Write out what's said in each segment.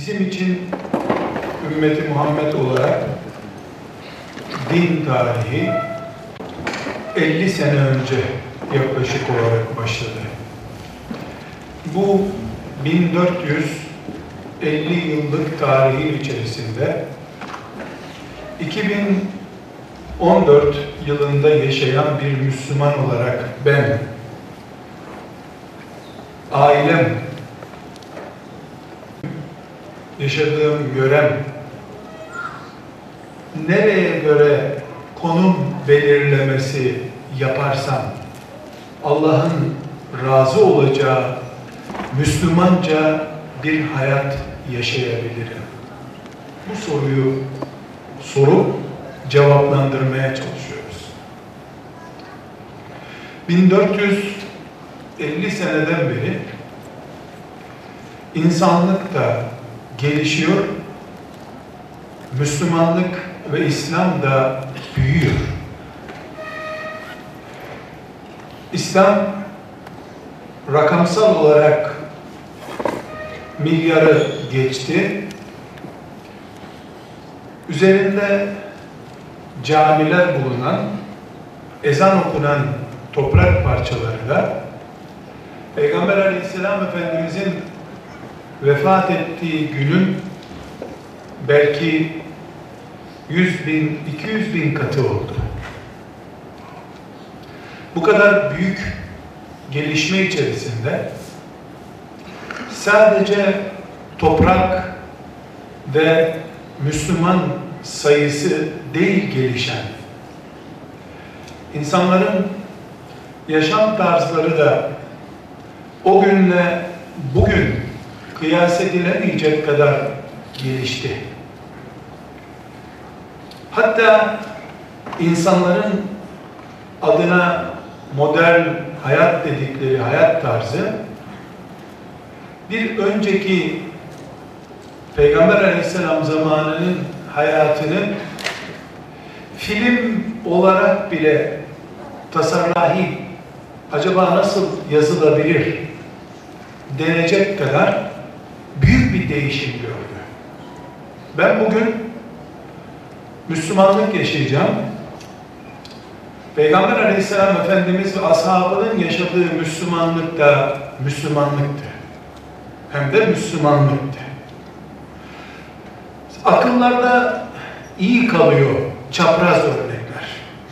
Bizim için ümmeti Muhammed olarak din tarihi 50 sene önce yaklaşık olarak başladı. Bu 1450 yıllık tarihin içerisinde 2014 yılında yaşayan bir Müslüman olarak ben, ailem, yaşadığım yörem, nereye göre konum belirlemesi yaparsam Allah'ın razı olacağı Müslümanca bir hayat yaşayabilirim? Bu soruyu sorup cevaplandırmaya çalışıyoruz. 1450 seneden beri insanlık da gelişiyor, Müslümanlık ve İslam da büyüyor. İslam rakamsal olarak milyarı geçti. Üzerinde camiler bulunan, ezan okunan toprak parçaları da Peygamber Aleyhisselam Efendimizin vefat ettiği günün belki 100 bin, 200 bin katı oldu. Bu kadar büyük gelişme içerisinde sadece toprak ve Müslüman sayısı değil gelişen, insanların yaşam tarzları da o günle bugün kıyas edilemeyecek kadar gelişti. Hatta insanların adına modern hayat dedikleri hayat tarzı bir önceki Peygamber Aleyhisselam zamanının hayatını film olarak bile tasarlahi acaba nasıl yazılabilir denecek kadar büyük bir değişim gördü. Ben bugün Müslümanlık yaşayacağım. Peygamber Aleyhisselam Efendimiz ve ashabının yaşadığı Müslümanlık da Müslümanlıktı. Hem de Müslümanlıktı. Akıllarda iyi kalıyor çapraz örnekler.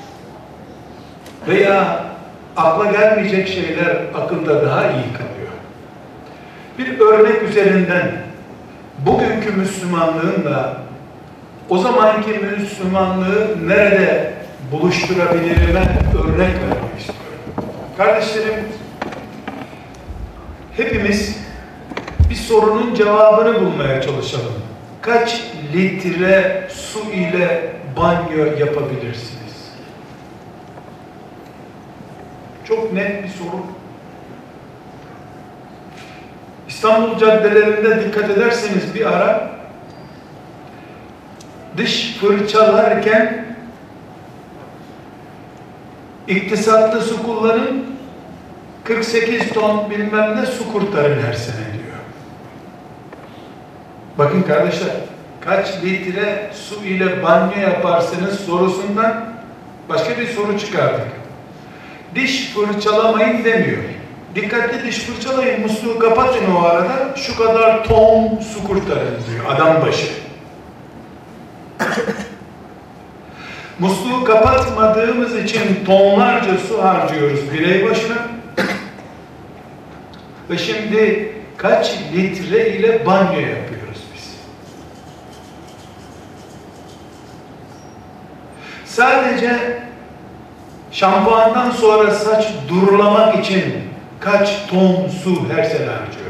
Veya akla gelmeyecek şeyler akılda daha iyi kalıyor. Bir örnek üzerinden bugünkü Müslümanlığınla o zamanki Müslümanlığı nerede buluşturabilirime örnek vermek istiyorum. Kardeşlerim, hepimiz bir sorunun cevabını bulmaya çalışalım. Kaç litre su ile banyo yapabilirsiniz? Çok net bir soru. İstanbul caddelerinde dikkat ederseniz bir ara diş fırçalarken iktisatlı su kullanın, 48 ton bilmem ne su kurtarın her sene diyor. Bakın kardeşler, kaç litre su ile banyo yaparsınız sorusundan başka bir soru çıkardık. Diş fırçalamayın demiyor. Dikkatli diş fırçalayın, musluğu kapatın o arada, şu kadar ton su kurtarın diyor adam başı. Musluğu kapatmadığımız için tonlarca su harcıyoruz birey başına. Ve şimdi kaç litre ile banyo yapıyoruz biz? Sadece şampuandan sonra saç durulamak için kaç ton su her sene harcıyoruz?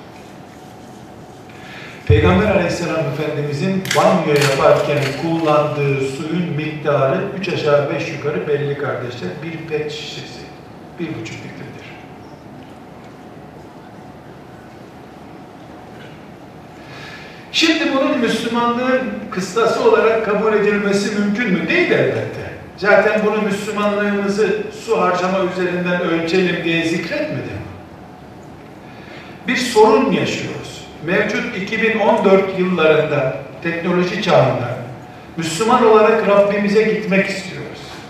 Peygamber Aleyhisselam Efendimizin banyo yaparken kullandığı suyun miktarı 3 aşağı 5 yukarı belli kardeşler. Bir pet şişesi 1,5 litredir. Şimdi bunun Müslümanlığın kıstası olarak kabul edilmesi mümkün mü? Değil elbette. Zaten bunu Müslümanlığımızı su harcama üzerinden ölçelim diye zikretmedim. Bir sorun yaşıyoruz. mevcut 2014 yıllarında, teknoloji çağında Müslüman olarak Rabbimize gitmek istiyoruz.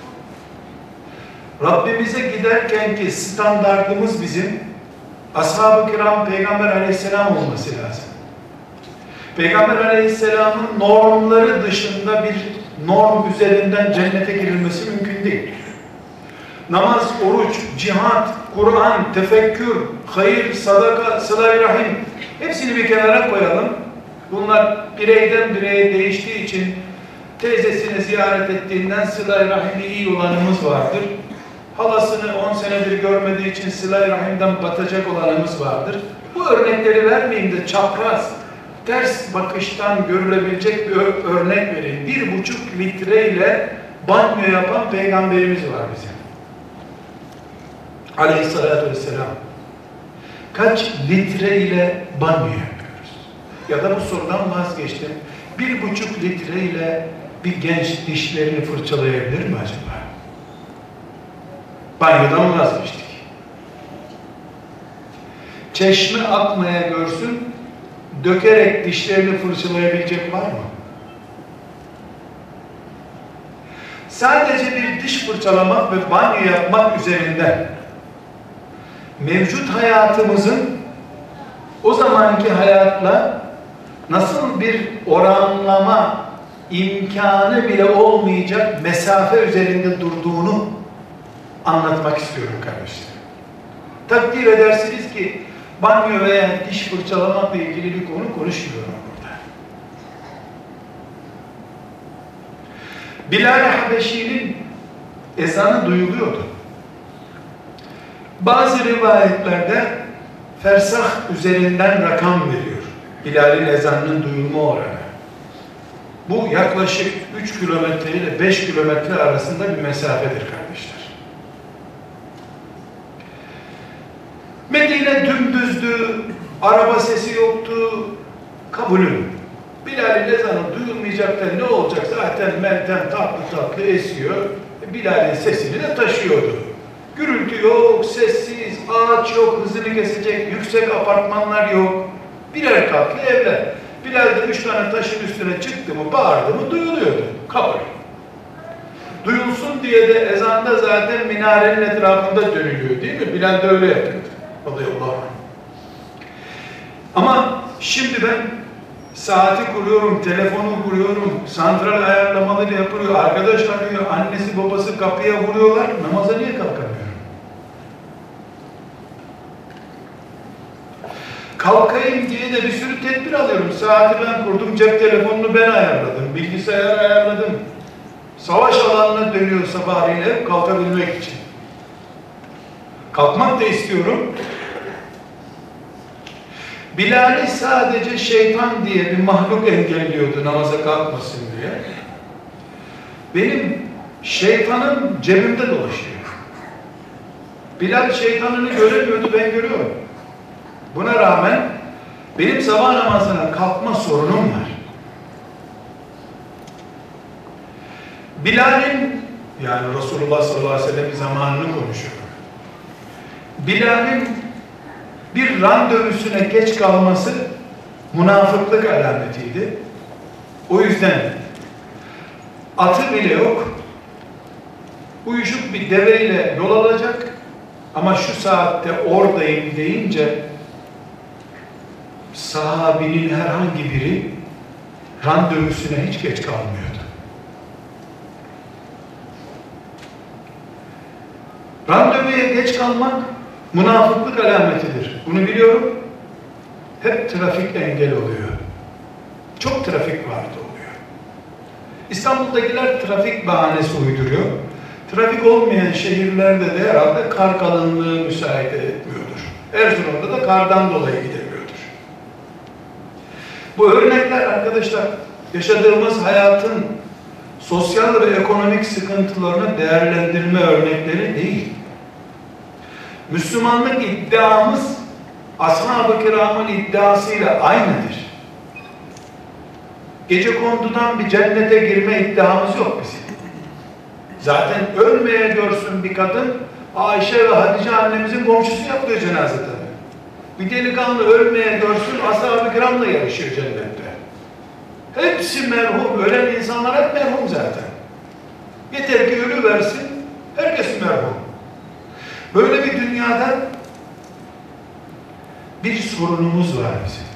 Rabbimize giderken ki standartımız bizim Ashab-ı Kiram Peygamber Aleyhisselam olması lazım. Peygamber Aleyhisselam'ın normları dışında bir norm üzerinden cennete girilmesi mümkün değil. Namaz, oruç, cihat, Kur'an, tefekkür, hayır, sadaka, sıla-i rahim hepsini bir kenara koyalım. Bunlar bireyden bireye değiştiği için teyzesini ziyaret ettiğinden sıla-i rahimli iyi olanımız vardır. Halasını 10 senedir görmediği için sıla-i rahimden batacak olanımız vardır. Bu örnekleri vermeyeyim de çapraz, ters bakıştan görülebilecek bir örnek vereyim. 1,5 litre ile banyo yapan peygamberimiz var bizim. Aleyhissalatü vesselam. Kaç litre ile banyo yapıyoruz? Ya da bu sorudan vazgeçtim. 1,5 litre ile bir genç dişlerini fırçalayabilir mi acaba? Banyodan vazgeçtik. Çeşme akmaya görsün, dökerek dişlerini fırçalayabilecek var mı? Sadece bir diş fırçalamak ve banyo yapmak üzerinden mevcut hayatımızın o zamanki hayatla nasıl bir oranlama imkanı bile olmayacak mesafe üzerinde durduğunu anlatmak istiyorum kardeşler. Takdir edersiniz ki banyo veya diş fırçalamakla ilgili bir konu konuşmuyorum burada. Bilal-i Habeşi'nin ezanı duyuluyordu. Bazı rivayetlerde fersah üzerinden rakam veriyor. Bilal'in ezanının duyulma oranı. Bu yaklaşık 3 kilometre ile 5 kilometre arasında bir mesafedir kardeşler. Medine dümdüzdü, araba sesi yoktu, kabulüm. Bilal'in ezanı duyulmayacak da ne olacak? Zaten meltem tatlı tatlı esiyor. Bilal'in sesini de taşıyordu. Gürültü yok, sessiz, ağaç yok, hızını kesecek, yüksek apartmanlar yok. Birer katlı evler. Bilal de 3 tane taşın üstüne çıktı mı, bağırdı mı duyuluyordu. Kabul. Duyulsun diye de ezanda zaten minarenin etrafında dönülüyor değil mi? Bilal de öyle yapıyordu. Radıyallahu anh. Ama şimdi ben saati kuruyorum, telefonu kuruyorum, santral ayarlamaları yapılıyor, arkadaş arıyor, annesi babası kapıya vuruyorlar, namaza niye kalkamıyorum? Kalkayım diye de bir sürü tedbir alıyorum. Saati ben kurdum, cep telefonunu ben ayarladım, bilgisayarı ayarladım. Savaş alanına dönüyor sabahleyin kalkabilmek için. Kalkmak da istiyorum. Bilal'i sadece şeytan diye bir mahluk engelliyordu namaza kalkmasın diye. Benim şeytanım cebimde dolaşıyor. Bilal şeytanını göremiyordu, ben görüyorum. Buna rağmen benim sabah namazına kalkma sorunum var. Bilal'in, yani Resulullah sallallahu aleyhi ve sellem zamanını konuşuyorum. Bilal'in bir randevusuna geç kalması münafıklık alametiydi. O yüzden atı bile yok, uyuşuk bir deveyle yol alacak ama şu saatte oradayım deyince sahabinin herhangi biri randevusuna hiç geç kalmıyordu. Randevuya geç kalmak münafıklık alametidir. Bunu biliyorum. Hep trafik engel oluyor. Çok trafik vardı oluyor. İstanbul'dakiler trafik bahanesi uyduruyor. Trafik olmayan şehirlerde de herhalde kar kalınlığı müsaade etmiyordur. Erzurum'da da kardan dolayı gidemiyordur. Bu örnekler arkadaşlar yaşadığımız hayatın sosyal ve ekonomik sıkıntılarını değerlendirme örnekleri değil. Müslümanlık iddiamız Ashab-ı Kiram'ın iddiasıyla aynıdır. Gecekondudan bir cennete girme iddiamız yok bizim. Zaten ölmeye görsün bir kadın, Ayşe ve Hatice annemizin komşusu yapıyor cenazede. Bir delikanlı ölmeye görsün, ashab-ı kiramla yarışıyor cennette. Hepsi merhum, ölen insanlar hep merhum zaten. Yeter ki ölü versin, herkes merhum. Böyle bir dünyada bir sorunumuz var bizim.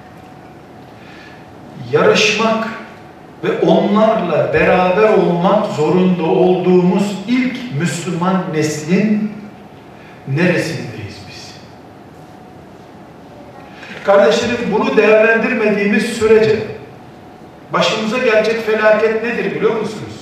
Yarışmak ve onlarla beraber olmak zorunda olduğumuz ilk Müslüman neslin neresindeyiz biz? Kardeşlerim, bunu değerlendirmediğimiz sürece başımıza gelecek felaket nedir biliyor musunuz?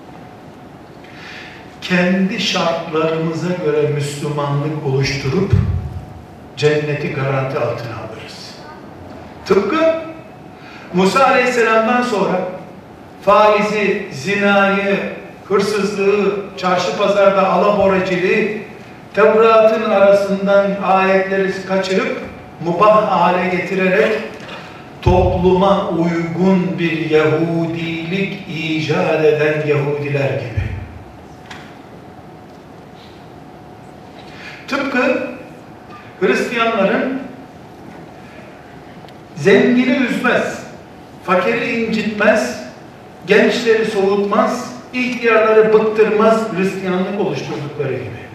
Kendi şartlarımıza göre Müslümanlık oluşturup cenneti garanti altına alırız. Tıpkı Musa Aleyhisselam'dan sonra faizi, zinayı, hırsızlığı, çarşı pazarda alaboracılığı, Tevrat'ın arasından ayetleri kaçırıp mubah hale getirerek topluma uygun bir Yahudilik icat eden Yahudiler gibi. Tıpkı Hristiyanların zengini üzmez, fakiri incitmez, gençleri soğutmaz, ihtiyarları bıktırmaz Hristiyanlık oluşturdukları gibi.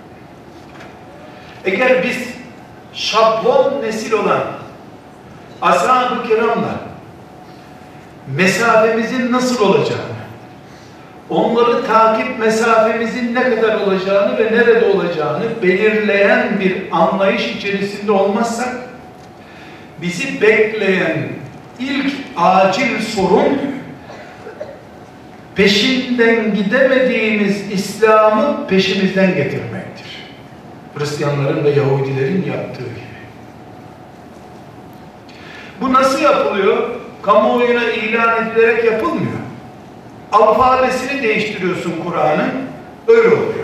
Eğer biz şablon nesil olan ashab-ı kiramla mesafemizin nasıl olacağını, onları takip mesafemizin ne kadar olacağını ve nerede olacağını belirleyen bir anlayış içerisinde olmazsak, bizi bekleyen ilk acil sorun, peşinden gidemediğimiz İslam'ı peşimizden getirmektir. Hristiyanların ve Yahudilerin yaptığı gibi. Bu nasıl yapılıyor? Kamuoyuna ilan edilerek yapılmıyor. Alfabesini değiştiriyorsun Kur'an'ın, öyle oluyor.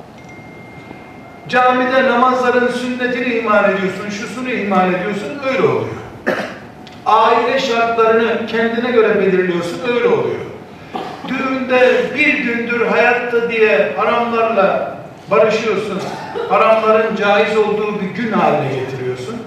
Camide namazların sünnetini ihmal ediyorsun, şusunu ihmal ediyorsun, öyle oluyor. Aile şartlarını kendine göre belirliyorsun, öyle oluyor. Düğünde bir gündür hayatta diye haramlarla barışıyorsun, haramların caiz olduğu bir gün haline getiriyorsun.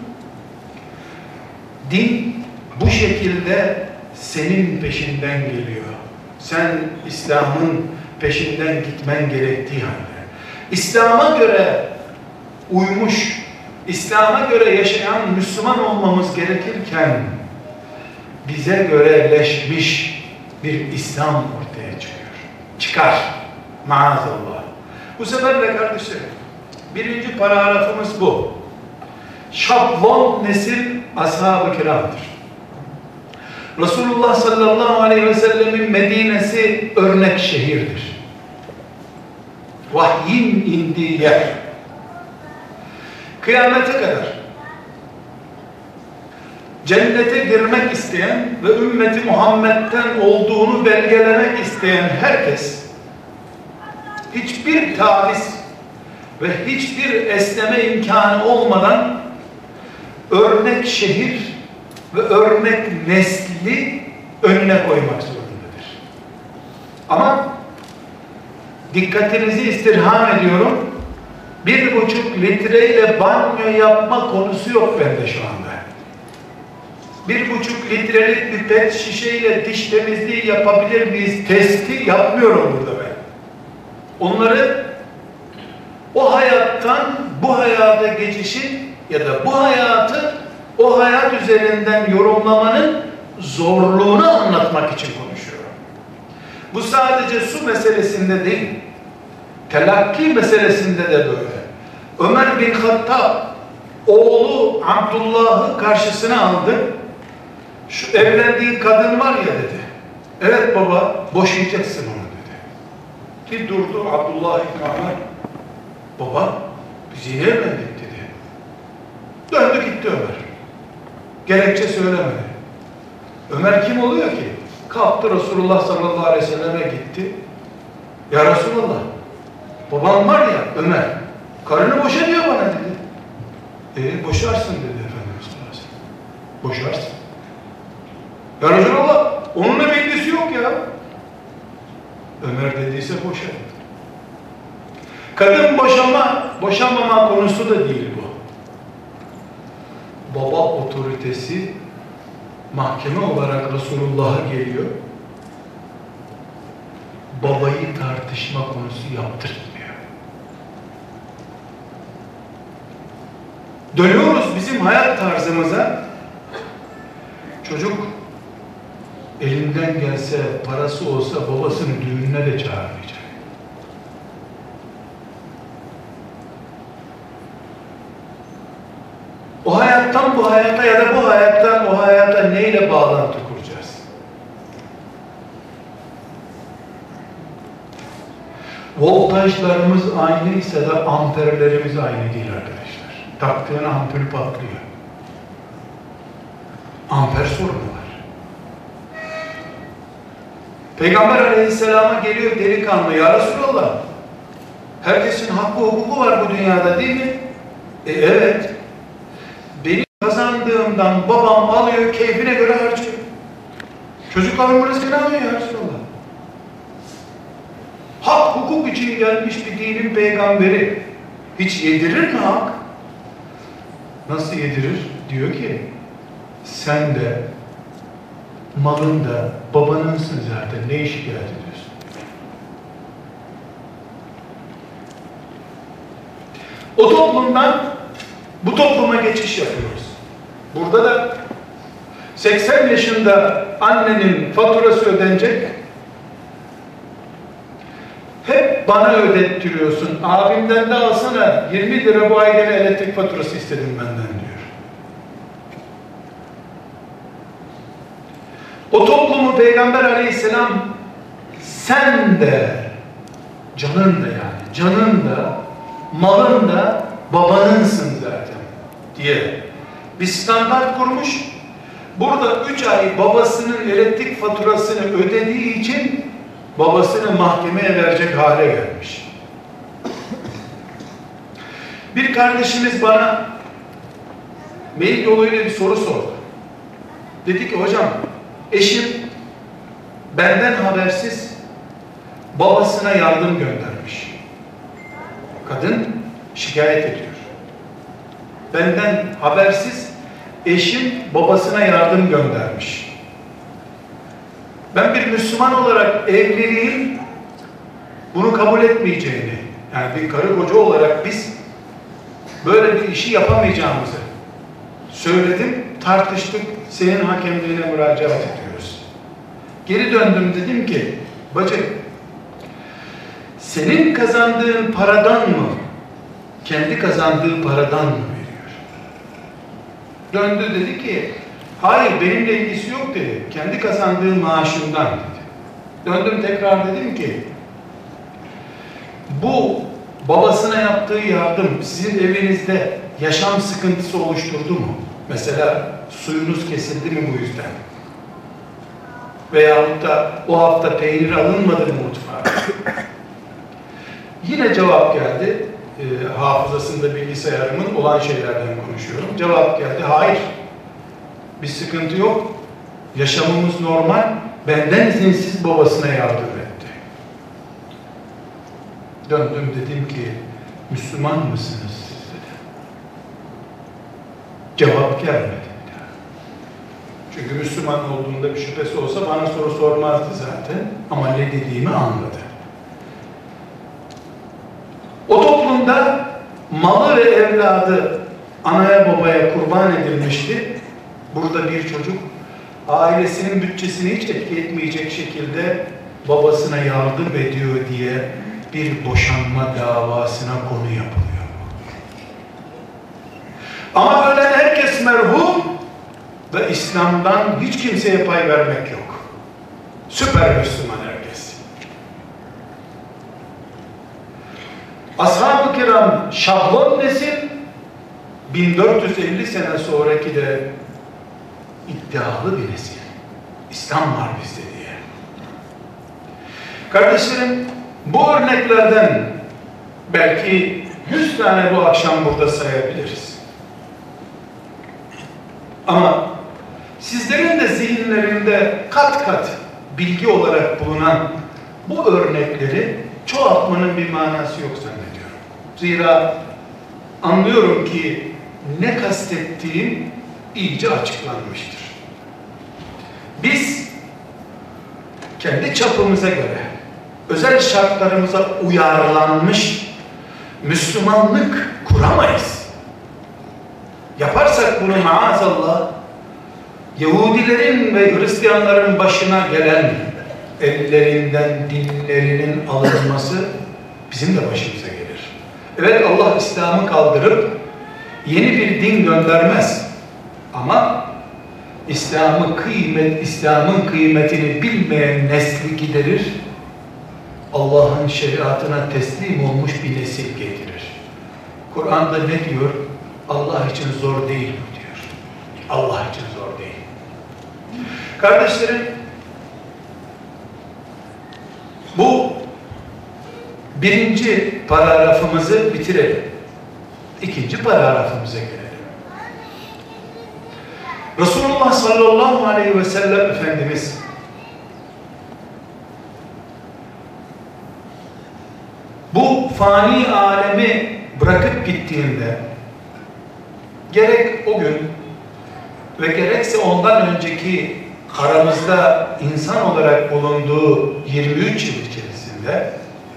Din bu şekilde senin peşinden geliyor. Sen İslam'ın peşinden gitmen gerektiği halde. İslam'a göre uymuş, İslam'a göre yaşayan Müslüman olmamız gerekirken bize göreleşmiş bir İslam ortaya çıkar. Maazallah. Bu seferle kardeşlerim, birinci paragrafımız bu. Şablon nesil ashab-ı kiramdır. Resulullah sallallahu aleyhi ve sellemin Medine'si örnek şehirdir. Vahyin indiği yer. Kıyamete kadar cennete girmek isteyen ve ümmeti Muhammed'den olduğunu belgelemek isteyen herkes hiçbir taviz ve hiçbir esneme imkanı olmadan örnek şehir ve örnek nesli önüne koymak zorundadır. Ama dikkatinizi istirham ediyorum, 1,5 litreyle banyo yapma konusu yok bende şu anda. 1,5 litrelik bir pet şişeyle diş temizliği yapabilir miyiz testi yapmıyorum burada ben. Onları o hayattan bu hayata geçişin ya da bu hayatı o hayat üzerinden yorumlamanın zorluğunu anlatmak için konuşuyorum. Bu sadece su meselesinde değil, telakki meselesinde de böyle. Ömer bin Hattab oğlu Abdullah'ı karşısına aldı. Şu evlendiğin kadın var ya dedi. Evet baba, boşayacaksın onu dedi. Ki durdu Abdullah İbni Ömer. Baba, biz yeni evlendik dedi. Döndü gitti Ömer. Gerekçe söylemedi. Ömer kim oluyor ki? Kalktı Resulullah sallallahu aleyhi ve selleme gitti. Ya Resulullah, babam var ya Ömer, karını boşa diyor bana dedi. Boşarsın dedi Efendimiz sallallahu aleyhi ve sellem. Boşarsın. Ya Resulullah, onunla bir ilgisi yok ya. Ömer dediyse boşa. Kadın boşamama konusu da değil bu. baba otoritesi mahkeme olarak Resulullah'a geliyor. Babayı tartışma konusu yaptırtmıyor. Dönüyoruz bizim hayat tarzımıza. Çocuk elinden gelse, parası olsa babasını düğününe de çağırmayacak. O hayattan bu hayata ya da bu hayattan o hayata neyle bağlantı kuracağız? Voltajlarımız aynıysa da amperlerimiz aynı değil arkadaşlar. Taktığın ampul patlıyor. Amper sorunu var. Peygamber Aleyhisselam'a geliyor delikanlı, ya Resulallah, herkesin hakkı hukuku var bu dünyada değil mi? Evet. Benim kazandığımdan babam alıyor, keyfine göre harcıyor. Çocukların rızkını alıyor ya Resulallah. Hak hukuk için gelmiş bir dinin peygamberi hiç yedirir mi hak? Nasıl yedirir? Diyor ki, sen de malın da babanınsın zaten, ne şikayet ediyorsun? O toplumdan bu topluma geçiş yapıyoruz. Burada da 80 yaşında annenin faturası ödenecek. Hep bana ödettiriyorsun. Abimden de alsana, 20 lira bu ay gene elektrik faturası istedim benden diyor. O toplumu Peygamber Aleyhisselam sen de, canın da yani, canın da, malın da babanınsın zaten diye bir standart kurmuş. Burada 3 ay babasının elektrik faturasını ödediği için babasını mahkemeye verecek hale gelmiş. Bir kardeşimiz bana mail yoluyla bir soru sordu. Dedi ki hocam, eşim benden habersiz babasına yardım göndermiş. Kadın şikayet ediyor. Benden habersiz eşim babasına yardım göndermiş. Ben bir Müslüman olarak evliliğin bunu kabul etmeyeceğini, yani bir karı koca olarak biz böyle bir işi yapamayacağımızı söyledim, tartıştık, senin hakemliğine müracaat ediyoruz. Geri döndüm, dedim ki, bacı, senin kazandığın paradan mı, kendi kazandığı paradan mı veriyor? Döndü, dedi ki, hayır, benimle ilgisi yok dedi, kendi kazandığı maaşından dedi. Döndüm tekrar, dedim ki, bu babasına yaptığı yardım sizin evinizde yaşam sıkıntısı oluşturdu mu? Mesela suyunuz kesildi mi bu yüzden? Veyahut da o hafta peynir alınmadı mı mutfağa? Yine cevap geldi. Hafızasında bilgisayarımın olan şeylerden konuşuyorum. Cevap geldi. Hayır. Bir sıkıntı yok. Yaşamımız normal. Benden izinsiz babasına yardım etti. Döndüm, dedim ki, Müslüman mısınız siz dedi. Cevap gelmedi. Çünkü Müslüman olduğunda bir şüphesi olsa bana soru sormazdı zaten. Ama ne dediğimi anladı. O toplumda malı ve evladı anaya babaya kurban edilmişti. Burada bir çocuk ailesinin bütçesini hiç etki etmeyecek şekilde babasına yardım ediyor diye bir boşanma davasına konu yapılıyor. Ama ölen herkes merhum ve İslam'dan hiç kimseye pay vermek yok. Süper Müslüman herkes. Ashab-ı kiram şablon nesil, 1450 sene sonraki de iddialı bir nesil. İslam var bizde diye. Kardeşlerim, bu örneklerden belki 100 tane bu akşam burada sayabiliriz. Ama sizlerin de zihinlerinde kat kat bilgi olarak bulunan bu örnekleri çoğaltmanın bir manası yok zannediyorum. Zira anlıyorum ki ne kastettiğim iyice açıklanmıştır. Biz kendi çapımıza göre özel şartlarımıza uyarlanmış Müslümanlık kuramayız. Yaparsak bunu maazallah Yahudilerin ve Hristiyanların başına gelen ellerinden dinlerinin alınması bizim de başımıza gelir. Evet, Allah İslam'ı kaldırıp yeni bir din göndermez. Ama İslam'ın kıymetini bilmeyen nesli giderir. Allah'ın şeriatına teslim olmuş bir nesil getirir. Kur'an'da ne diyor? Allah için zor değil mi diyor. Allah için zor değil. Kardeşlerim, bu birinci paragrafımızı bitirelim. İkinci paragrafımıza gelelim. Resulullah sallallahu aleyhi ve sellem Efendimiz bu fani alemi bırakıp gittiğinde gerek o gün ve gerekse ondan önceki aramızda insan olarak bulunduğu 23 yıl içerisinde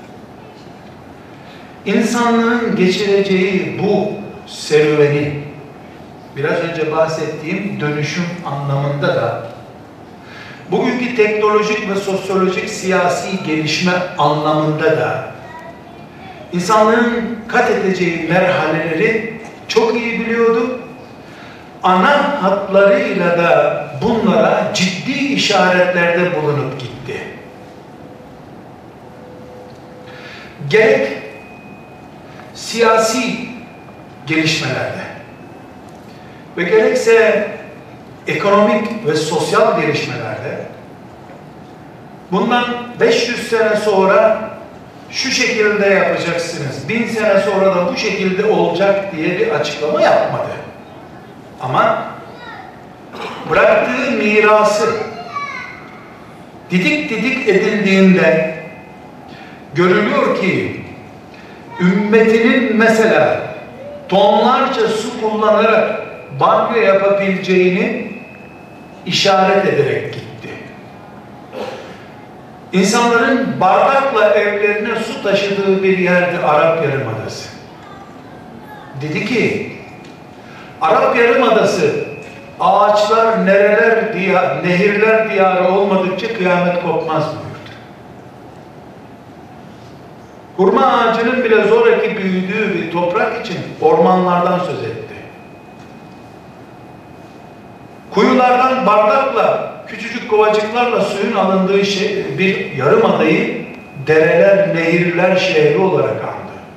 insanlığın geçireceği bu serüveni, biraz önce bahsettiğim dönüşüm anlamında da bugünkü teknolojik ve sosyolojik siyasi gelişme anlamında da insanlığın kat edeceği merhaleleri çok iyi biliyordu. Ana hatlarıyla da bunlara ciddi işaretlerde bulunup gitti. Gerek siyasi gelişmelerde ve gerekse ekonomik ve sosyal gelişmelerde bundan 500 sene sonra şu şekilde yapacaksınız, 1000 sene sonra da bu şekilde olacak diye bir açıklama yapmadı. Ama bıraktığı mirası didik didik edildiğinde görülüyor ki ümmetinin mesela tonlarca su kullanarak banyo yapabileceğini işaret ederek gitti. İnsanların bardakla evlerine su taşıdığı bir yerdi Arap Yarımadası. Dedi ki, Arap Yarımadası ağaçlar, nereler, nehirler diyarı olmadıkça kıyamet kopmaz buyurdu. Hurma ağacının bile zoraki büyüdüğü bir toprak için ormanlardan söz etti. Kuyulardan bardakla, küçücük kovacıklarla suyun alındığı bir yarımadayı dereler, nehirler şehri olarak andı.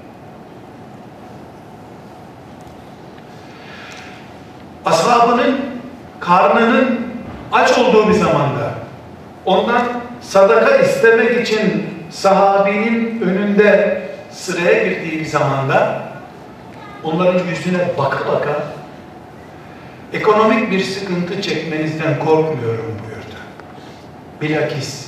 Ashabının karnının aç olduğu bir zamanda ondan sadaka istemek için sahabinin önünde sıraya girdiği bir zamanda onların yüzüne baka baka ekonomik bir sıkıntı çekmenizden korkmuyorum buyurdu. Bilakis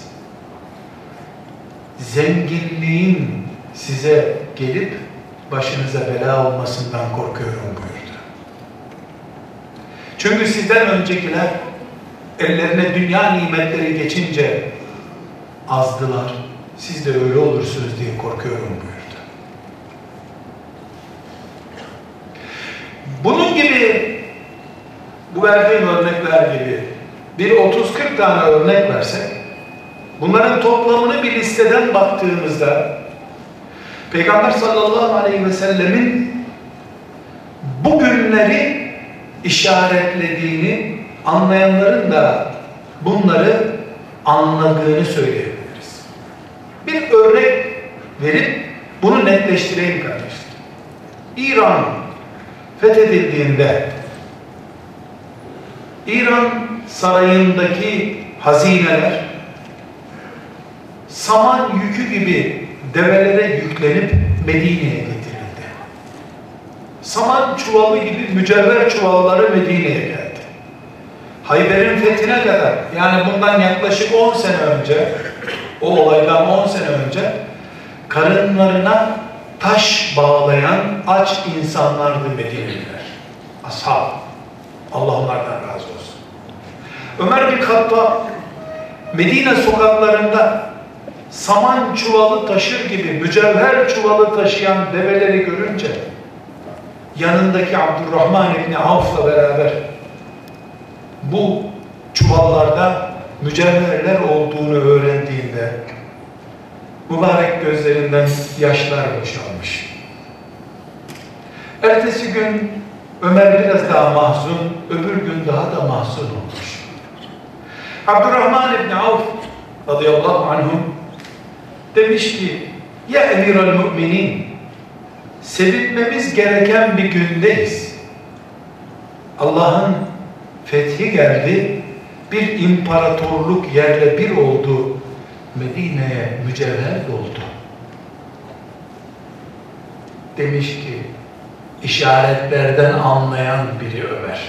zenginliğin size gelip başınıza bela olmasından korkuyorum buyurdu. Çünkü sizden öncekiler ellerine dünya nimetleri geçince azdılar. Siz de öyle olursunuz diye korkuyorum buyurdu. Bunun gibi, bu verdiğim örnekler gibi bir 30-40 tane örnek versek, bunların toplamını bir listeden baktığımızda Peygamber sallallahu aleyhi ve sellemin bugünleri işaretlediğini, anlayanların da bunları anladığını söyleyebiliriz. Bir örnek verip bunu netleştireyim kardeşler. İran fethedildiğinde İran sarayındaki hazineler saman yükü gibi develere yüklenip Medine'ye getirildi. Saman çuvalı gibi mücevher çuvalları Medine'ye geldi. Hayber'in fethine kadar, yani bundan yaklaşık 10 sene önce, o olaydan 10 sene önce karınlarına taş bağlayan aç insanlardı Medineliler. Ashab. Allah onlardan razı olsun. Ömer bin Hattab Medine sokaklarında saman çuvalı taşır gibi mücevher çuvalı taşıyan develeri görünce yanındaki Abdurrahman İbni Avf'la beraber bu çuvallarda mücevherler olduğunu öğrendiğinde mübarek gözlerinden yaşlar boşalmış. Ertesi gün Ömer biraz daha mahzun, öbür gün daha da mahzun olmuş. Abdurrahman İbni Avf radıyallahu anhum demiş ki, ya Emirel Müminin, sevinmemiz gereken bir gündeyiz. Allah'ın fethi geldi, bir imparatorluk yerle bir oldu, Medine'ye mücevher doldu. Demiş ki, işaretlerden anlayan biri Ömer.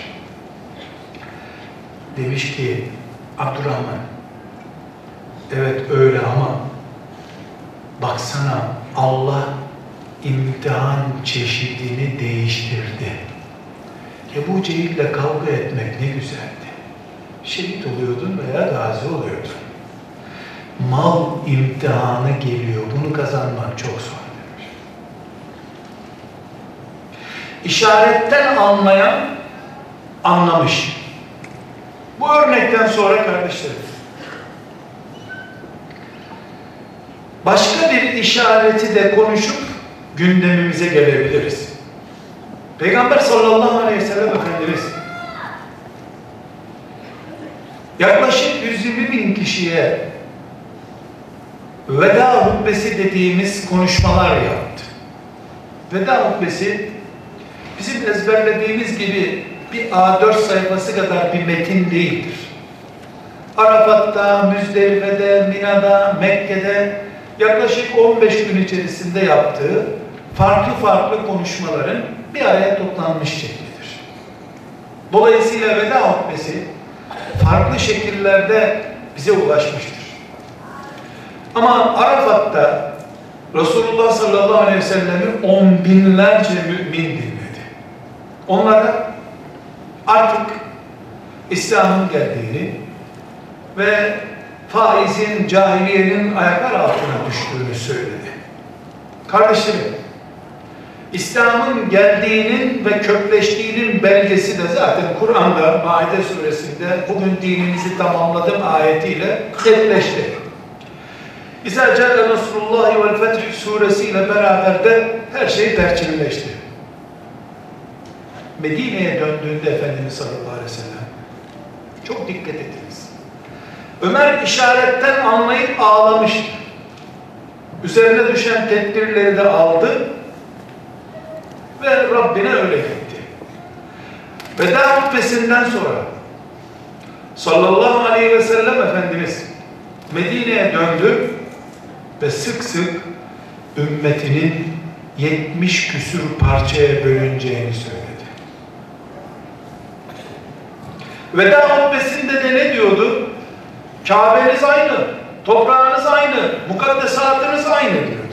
Demiş ki, Abdurrahman, evet öyle ama baksana Allah imtihan çeşidini değiştirdi. Ebu Cehil'le kavga etmek ne güzeldi. Şehit oluyordun veya gazi oluyordun. Mal imtihanı geliyor. Bunu kazanmak çok zor demiş. İşaretten anlayan anlamış. Bu örnekten sonra kardeşlerim, başka bir işareti de konuşup gündemimize gelebiliriz. Peygamber sallallahu aleyhi ve sellem Efendimiz yaklaşık 120 bin kişiye veda hutbesi dediğimiz konuşmalar yaptı. Veda hutbesi bizim ezberlediğimiz gibi bir A4 sayfası kadar bir metin değildir. Arafat'ta, Müzdelife'de, Mina'da, Mekke'de yaklaşık 15 gün içerisinde yaptığı farklı farklı konuşmaların bir araya toplanmış şeklidir. Dolayısıyla veda hutbesi farklı şekillerde bize ulaşmıştır. Ama Arafat'ta Resulullah sallallahu aleyhi ve sellem'i on binlerce mümin dinledi. Onlara artık İslam'ın geldiğini ve faizin, cahiliyenin ayaklar altına düştüğünü söyledi. Kardeşlerim, İslam'ın geldiğinin ve kökleştiğinin belgesi de zaten Kur'an'da, Maide suresinde bugün dininizi tamamladım ayetiyle netleşti. İzâ câle Nasrullâhi vel Feth suresiyle beraber de her şey perçinleşti. Medine'ye döndüğünde Efendimiz sallallahu aleyhi ve sellem çok dikkat ediniz. Ömer işaretten anlayıp ağlamıştı. Üzerine düşen tedbirleri de aldı ve Rabbine öyle gitti. Veda hutbesinden sonra sallallahu aleyhi ve sellem Efendimiz Medine'ye döndü ve sık sık ümmetinin 70 küsur parçaya bölüneceğini söyledi. Veda hutbesinde de ne diyordu? Kabe'niz aynı, toprağınız aynı, mukaddesatınız aynı diyordu.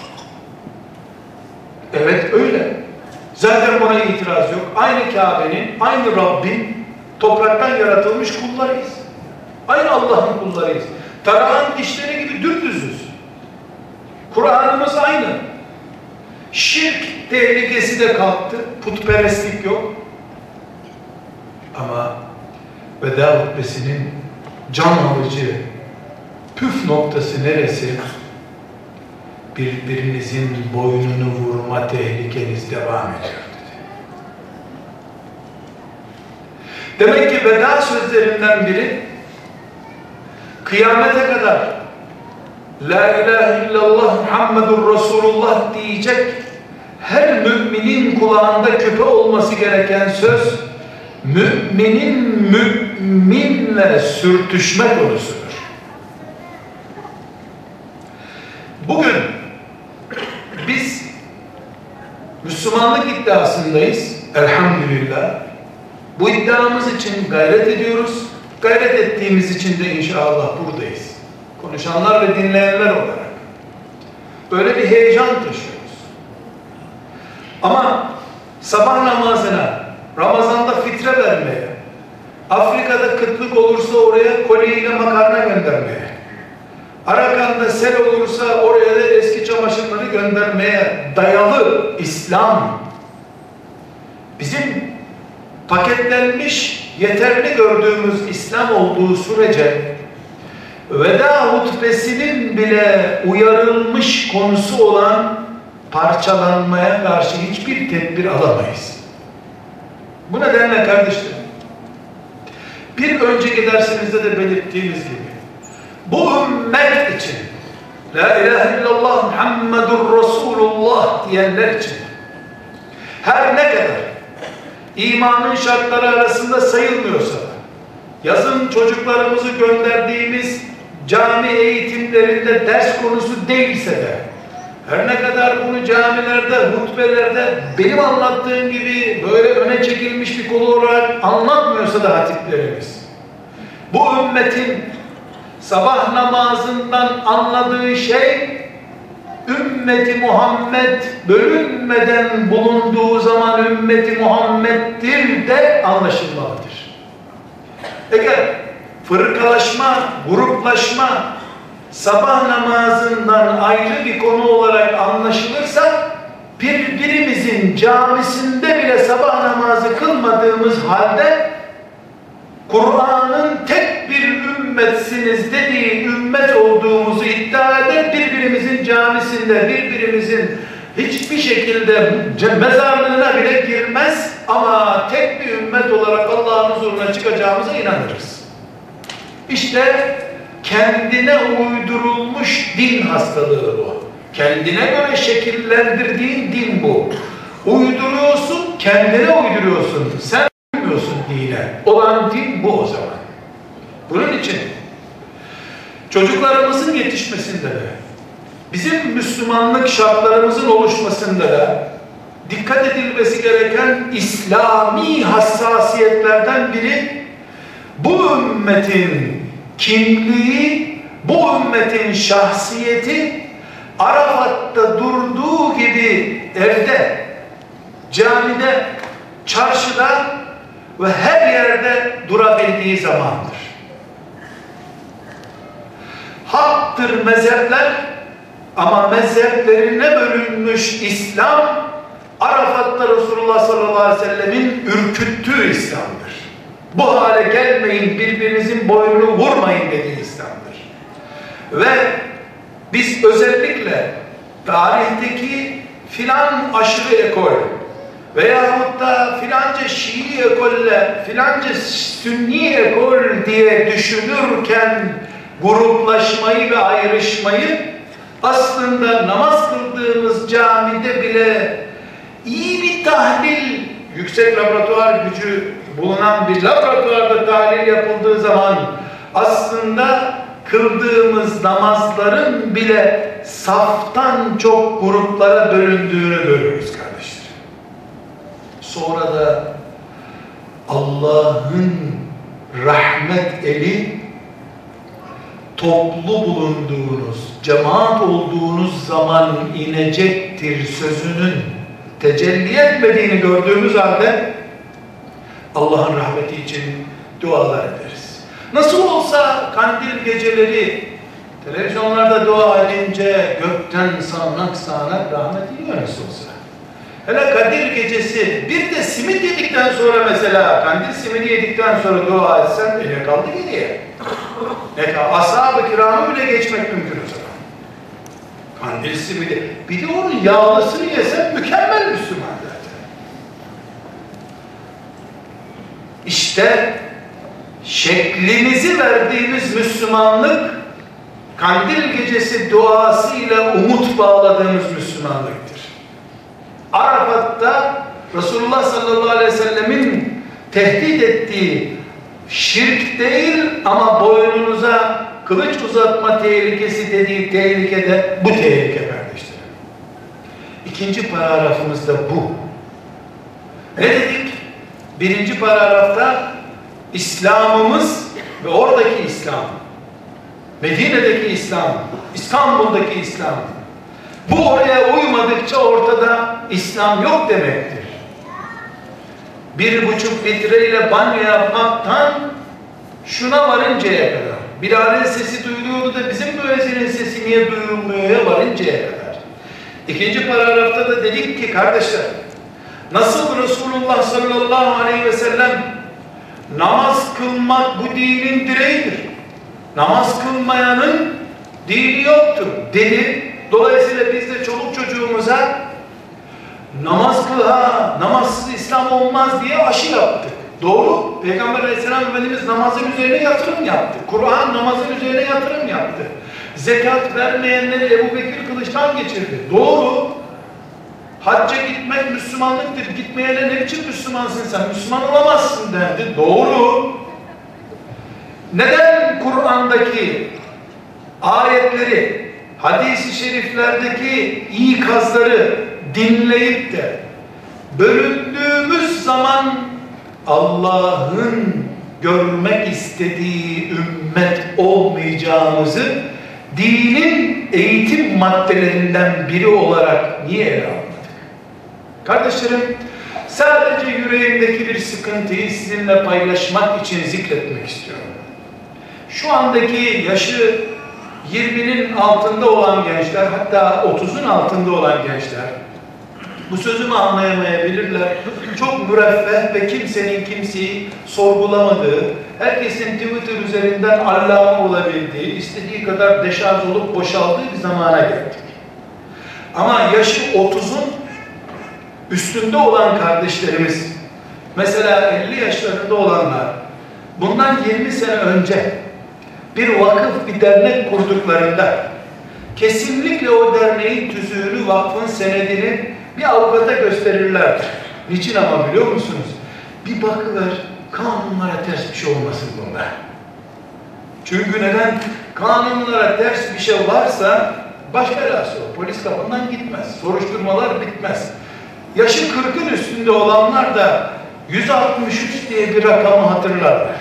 Evet öyle. Zaten buna itiraz yok. Aynı Kabe'nin, aynı Rabbin topraktan yaratılmış kullarıyız. Aynı Allah'ın kullarıyız. Tarağın dişleri gibi dümdüzüz. Kur'an'ımız aynı. Şirk tehlikesi de kalktı. Putperestlik yok. Ama veda hutbesinin can alıcı püf noktası neresi? Birbirinizin boynunu vurma tehlikeniz devam ediyor dedi. Demek ki veda sözlerinden biri kıyamete kadar La ilahe illallah Muhammedur Resulullah diyecek her müminin kulağında küpe olması gereken söz müminin müminle sürtüşme konusudur. Bugün biz Müslümanlık iddiasındayız. Elhamdülillah. Bu iddiamız için gayret ediyoruz. Gayret ettiğimiz için de inşallah buradayız. Konuşanlar ve dinleyenler olarak. Böyle bir heyecan taşıyoruz. Ama sabah namazına Ramazan'da fitre vermeye, Afrika'da kıtlık olursa oraya koliyle makarna göndermeye, Arakan'da sel olursa oraya da eski çamaşırları göndermeye dayalı İslam, bizim paketlenmiş, yeterli gördüğümüz İslam olduğu sürece veda hutbesinin bile uyarılmış konusu olan parçalanmaya karşı hiçbir tedbir alamayız. Bu nedenle kardeşlerim, bir önceki dersimizde de belirttiğimiz gibi bu ümmet için La ilahe illallah Muhammedur Resulullah diyenler için her ne kadar imanın şartları arasında sayılmıyorsa da, yazın çocuklarımızı gönderdiğimiz cami eğitimlerinde ders konusu değilse de, her ne kadar bunu camilerde, hutbelerde benim anlattığım gibi böyle öne çekilmiş bir konu olarak anlatmıyorsa da hatiplerimiz, bu ümmetin sabah namazından anladığı şey, ümmeti Muhammed bölünmeden bulunduğu zaman ümmeti Muhammed'dir de anlaşılmalıdır. Eğer fırkalaşma, gruplaşma sabah namazından ayrı bir konu olarak anlaşılırsa, birbirimizin camisinde bile sabah namazı kılmadığımız halde Kur'an'ın tek bir ümmetsiniz dediği ümmet olduğumuzu iddia eder, birbirimizin camisinde, birbirimizin hiçbir şekilde mezarlığına bile girmez ama tek bir ümmet olarak Allah'ın huzuruna çıkacağımıza inanırız. İşte kendine uydurulmuş din hastalığı bu. Kendine göre şekillendirdiğin din bu. Uyduruyorsun, kendine uyduruyorsun. Sen uymuyorsun dine. Olan din bu o zaman. Bunun için çocuklarımızın yetişmesinde de, bizim Müslümanlık şartlarımızın oluşmasında da dikkat edilmesi gereken İslami hassasiyetlerden biri, bu ümmetin kimliği, bu ümmetin şahsiyeti Arafat'ta durduğu gibi evde, camide, çarşıda ve her yerde durabildiği zamandır. Haktır mezhepler ama mezheplerine bölünmüş İslam, Arafat'ta Resulullah sallallahu aleyhi ve sellemin ürküttüğü İslam'dır. Bu hale gelmeyin, birbirinizin boynunu vurmayın dediği İslam'dır. Ve biz özellikle tarihteki filan aşırı ekol veyahut da filanca Şii ekolle filanca Sünni ekol diye düşünürken gruplaşmayı ve ayrışmayı, aslında namaz kıldığımız camide bile iyi bir tahlil, yüksek laboratuvar gücü bulunan bir laboratuvarda tahlil yapıldığı zaman aslında kıldığımız namazların bile saftan çok gruplara bölündüğünü görüyoruz kardeşler. Sonra da Allah'ın rahmet eli toplu bulunduğunuz, cemaat olduğunuz zaman inecektir sözünün tecelli etmediğini gördüğümüz halde Allah'ın rahmeti için dualar ederiz. Nasıl olsa kandil geceleri televizyonlarda dua edince gökten sağanak sağanak rahmet iniyor nasıl olsa. Hele Kadir gecesi bir de simit yedikten sonra, mesela kandil simidi yedikten sonra dua etsen ne kaldı geriye? Ne kaldı? Ashab-ı kiramı bile geçmek mümkün o zaman. Kandil simidi. Bir de onun yağlısını yesen mükemmel Müslüman zaten. İşte şeklimizi verdiğimiz Müslümanlık, kandil gecesi duasıyla umut bağladığımız Müslümanlıktır. Arafat'ta Resulullah sallallahu aleyhi ve sellemin tehdit ettiği şirk değil ama boynunuza kılıç uzatma tehlikesi dediği tehlikede bu tehlike kardeşlerim. İkinci paragrafımızda bu. Ne dedik? Birinci paragrafta İslam'ımız ve oradaki İslam, Medine'deki İslam, İstanbul'daki İslam, bu oraya uymadıkça ortada İslam yok demektir. 1,5 litreyle banyo yapmaktan şuna varıncaya kadar. Bilal'in sesi duyuluyordu da bizim müezzinin sesi niye duyulmuyor'ya varıncaya kadar. İkinci paragrafta da dedik ki kardeşler, nasıl Resulullah sallallahu aleyhi ve sellem namaz kılmak bu dinin direğidir. Namaz kılmayanın dini yoktur dedi. Dolayısıyla biz de çoluk çocuğumuza namaz kıl namazsız İslam olmaz diye aşı yaptık. Doğru. Peygamber aleyhisselam Efendimiz namazın üzerine yatırım yaptı. Kur'an namazın üzerine yatırım yaptı. Zekat vermeyenleri Ebu Bekir kılıçtan geçirdi. Doğru. Hacca gitmek Müslümanlıktır. Gitmeyene ne biçim Müslümansın sen? Müslüman olamazsın derdi. Doğru. Neden Kur'an'daki ayetleri, hadis-i şeriflerdeki ikazları dinleyip de bölündüğümüz zaman Allah'ın görmek istediği ümmet olmayacağımızı dinin eğitim maddelerinden biri olarak niye ele almadık? Kardeşlerim, sadece yüreğimdeki bir sıkıntıyı sizinle paylaşmak için zikretmek istiyorum. Şu andaki yaşı 20'nin altında olan gençler, hatta 30'un altında olan gençler bu sözümü anlayamayabilirler. Çok müreffeh ve kimsenin kimseyi sorgulamadığı, herkesin Twitter üzerinden allame olabildiği, istediği kadar deşarj olup boşaldığı bir zamana geldik. Ama yaşı 30'un üstünde olan kardeşlerimiz, mesela 50 yaşlarında olanlar, bundan 20 sene önce bir vakıf, bir dernek kurduklarında kesinlikle o derneğin tüzüğünü, vakfın senedini bir avukata gösterirlerdi. Niçin ama biliyor musunuz? Bir bakıver, kanunlara ters bir şey olmasın bunda. Çünkü neden? Kanunlara ters bir şey varsa baş belası o. Polis kapından gitmez. Soruşturmalar bitmez. Yaşı 40'ın üstünde olanlar da 163 diye bir rakamı hatırlarlar.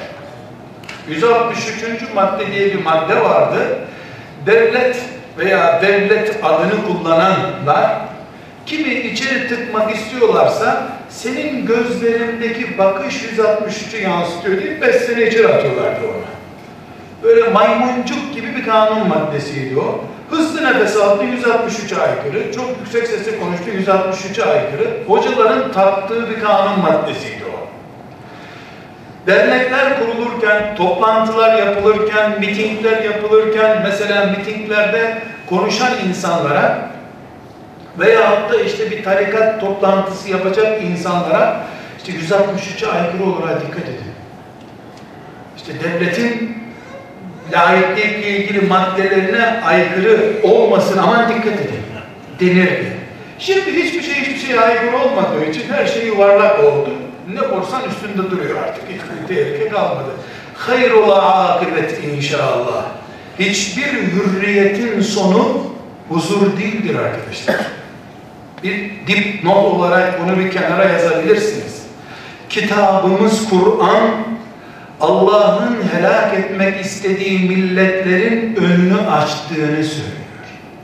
163. madde diye bir madde vardı. Devlet veya devlet adını kullananlar kimi içeri tıkmak istiyorlarsa senin gözlerindeki bakış 163'ü yansıtıyor diye 5 sene içeri atıyorlardı ona. Böyle maymuncuk gibi bir kanun maddesiydi o. Hızlı nefes aldı 163'e aykırı. Çok yüksek sesle konuştu 163'e aykırı. Hocaların taktığı bir kanun maddesiydi o. Dernekler kurulurken, toplantılar yapılırken, mitingler yapılırken, mesela mitinglerde konuşan insanlara veyahut da işte bir tarikat toplantısı yapacak insanlara işte 163'e aykırı olarak dikkat edin. İşte devletin laiklikle ilgili maddelerine aykırı olmasın, aman dikkat edin denirdi. Şimdi hiçbir şeye aykırı olmadığı için her şey yuvarlak oldu. Ne korsan üstünde duruyor artık. Hiçbir tehlike kalmadı. Hayrola akıbet inşallah. Hiçbir hürriyetin sonu huzur değildir arkadaşlar. Bir dipnot olarak bunu bir kenara yazabilirsiniz. Kitabımız Kur'an, Allah'ın helak etmek istediği milletlerin önünü açtığını söylüyor.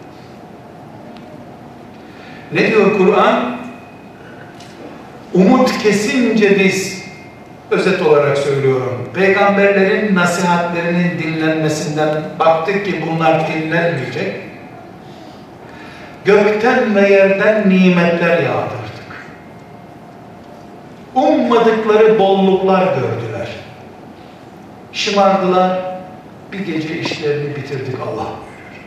Ne diyor Kur'an? Umut kesince biz, özet olarak söylüyorum, peygamberlerin nasihatlerinin dinlenmesinden baktık ki bunlar dinlenmeyecek. Gökten ve yerden nimetler yağdırdık. Ummadıkları bolluklar gördüler. Şımardılar, bir gece işlerini bitirdik Allah buyuruyor.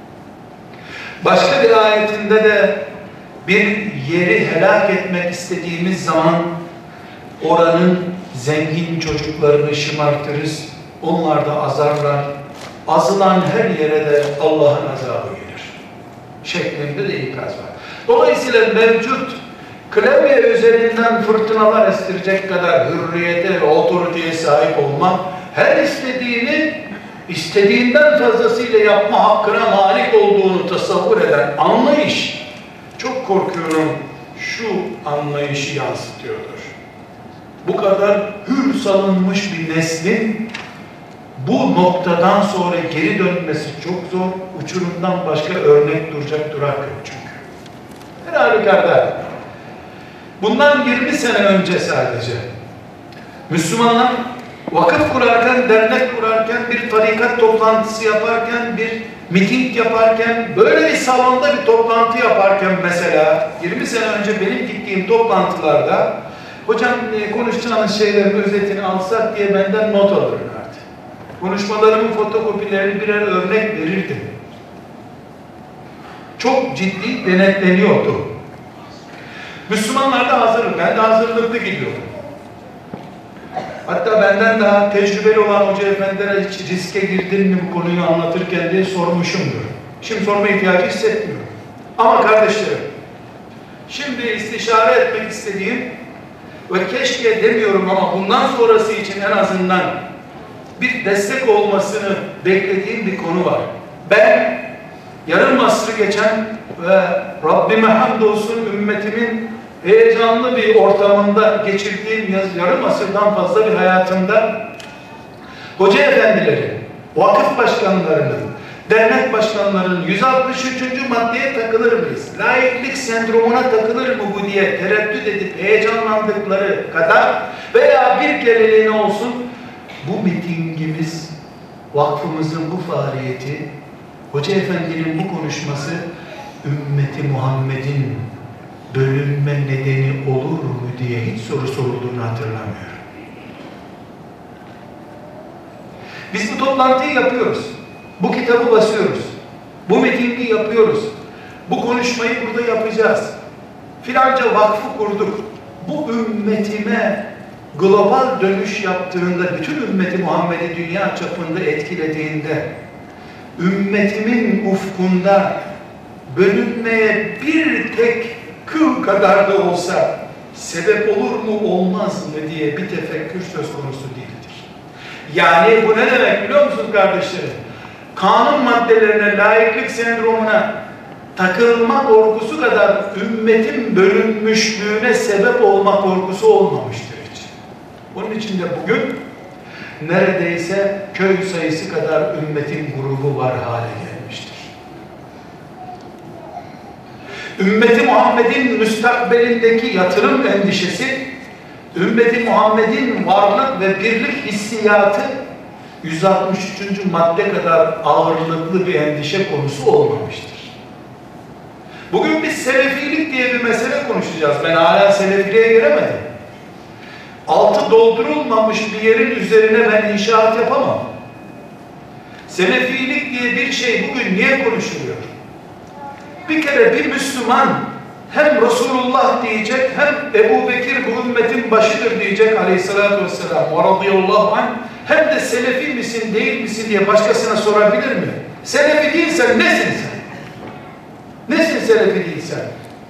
Başka bir ayetinde de bir yeri helak etmek istediğimiz zaman oranın zengin çocuklarını şımartırız, onlar da azarlar, azılan her yere de Allah'ın azabı gelir şeklinde de ikaz var. Dolayısıyla mevcut klavye üzerinden fırtınalar estirecek kadar hürriyete ve otoriteye sahip olmak, her istediğini istediğinden fazlasıyla yapma hakkına malik olduğunu tasavvur eden anlayış, çok korkuyorum şu anlayışı yansıtıyordur. Bu kadar hür salınmış bir neslin bu noktadan sonra geri dönmesi çok zor. Uçurumdan başka örnek duracak durak yok çünkü. Her halükarda Bundan 20 sene önce sadece Müslümanlar vakıf kurarken, dernek kurarken, bir tarikat toplantısı yaparken, bir miting yaparken, böyle bir salonda bir toplantı yaparken mesela 20 sene önce benim gittiğim toplantılarda hocam konuşacağınız şeylerin özetini alsak diye benden not alırlardı. Konuşmalarımın fotokopilerini birer örnek verirdim. Çok ciddi denetleniyordu. Müslümanlar da hazırlık, ben de hazırlıklı gidiyordum. Hatta benden daha tecrübeli olan hoca efendilere hiç riske girdin mi bu konuyu anlatırken diye sormuşumdur. Şimdi sorma ihtiyacı hissetmiyorum. Ama kardeşlerim, şimdi istişare etmek istediğim ve keşke demiyorum ama bundan sonrası için en azından bir destek olmasını beklediğim bir konu var. Ben yarım asrı geçen ve Rabbime hamdolsun ümmetimin heyecanlı bir ortamında geçirdiğim yarım asırdan fazla bir hayatımda hoca efendilerin, vakıf başkanlarının, dernek başkanlarının 163. maddeye takılır mıyız? Laiklik sendromuna takılır mı bu diye tereddüt edip heyecanlandıkları kadar veya bir kereliğine olsun bu mitingimiz, vakfımızın bu faaliyeti, hoca efendinin bu konuşması ümmeti Muhammed'in bölünme nedeni olur mu diye hiç soru sorulduğunu hatırlamıyorum. Biz bu toplantıyı yapıyoruz. Bu kitabı basıyoruz. Bu mitingi yapıyoruz. Bu konuşmayı burada yapacağız. Filanca vakfı kurduk. Bu ümmetime global dönüş yaptığında, bütün ümmeti Muhammed'i dünya çapında etkilediğinde, ümmetimin ufkunda bölünmeye bir tek kıl kadar da olsa sebep olur mu olmaz mı diye bir tefekkür söz konusu değildir. Yani bu ne demek biliyor musunuz kardeşlerim? Kanun maddelerine, laiklik sendromuna takılma korkusu kadar ümmetin bölünmüşlüğüne sebep olma korkusu olmamıştır hiç. Onun için de bugün neredeyse köy sayısı kadar ümmetin grubu var hale gelmiştir. Ümmeti Muhammed'in müstakbelindeki yatırım endişesi, ümmeti Muhammed'in varlık ve birlik hissiyatı 163. madde kadar ağırlıklı bir endişe konusu olmamıştır. Bugün biz selefilik diye bir mesele konuşacağız. Ben hala selefiliğe giremedim. Altı doldurulmamış bir yerin üzerine ben inşaat yapamam. Selefilik diye bir şey bugün niye konuşuluyor? Bir kere bir Müslüman hem Resulullah diyecek, hem Ebu Bekir bu ümmetin başıdır diyecek aleyhissalatü vesselam ve radıyallahu anh, hem de selefi misin değil misin diye başkasına sorabilir mi? Selefi değilsen nesin sen? Nesin selefi değilsen?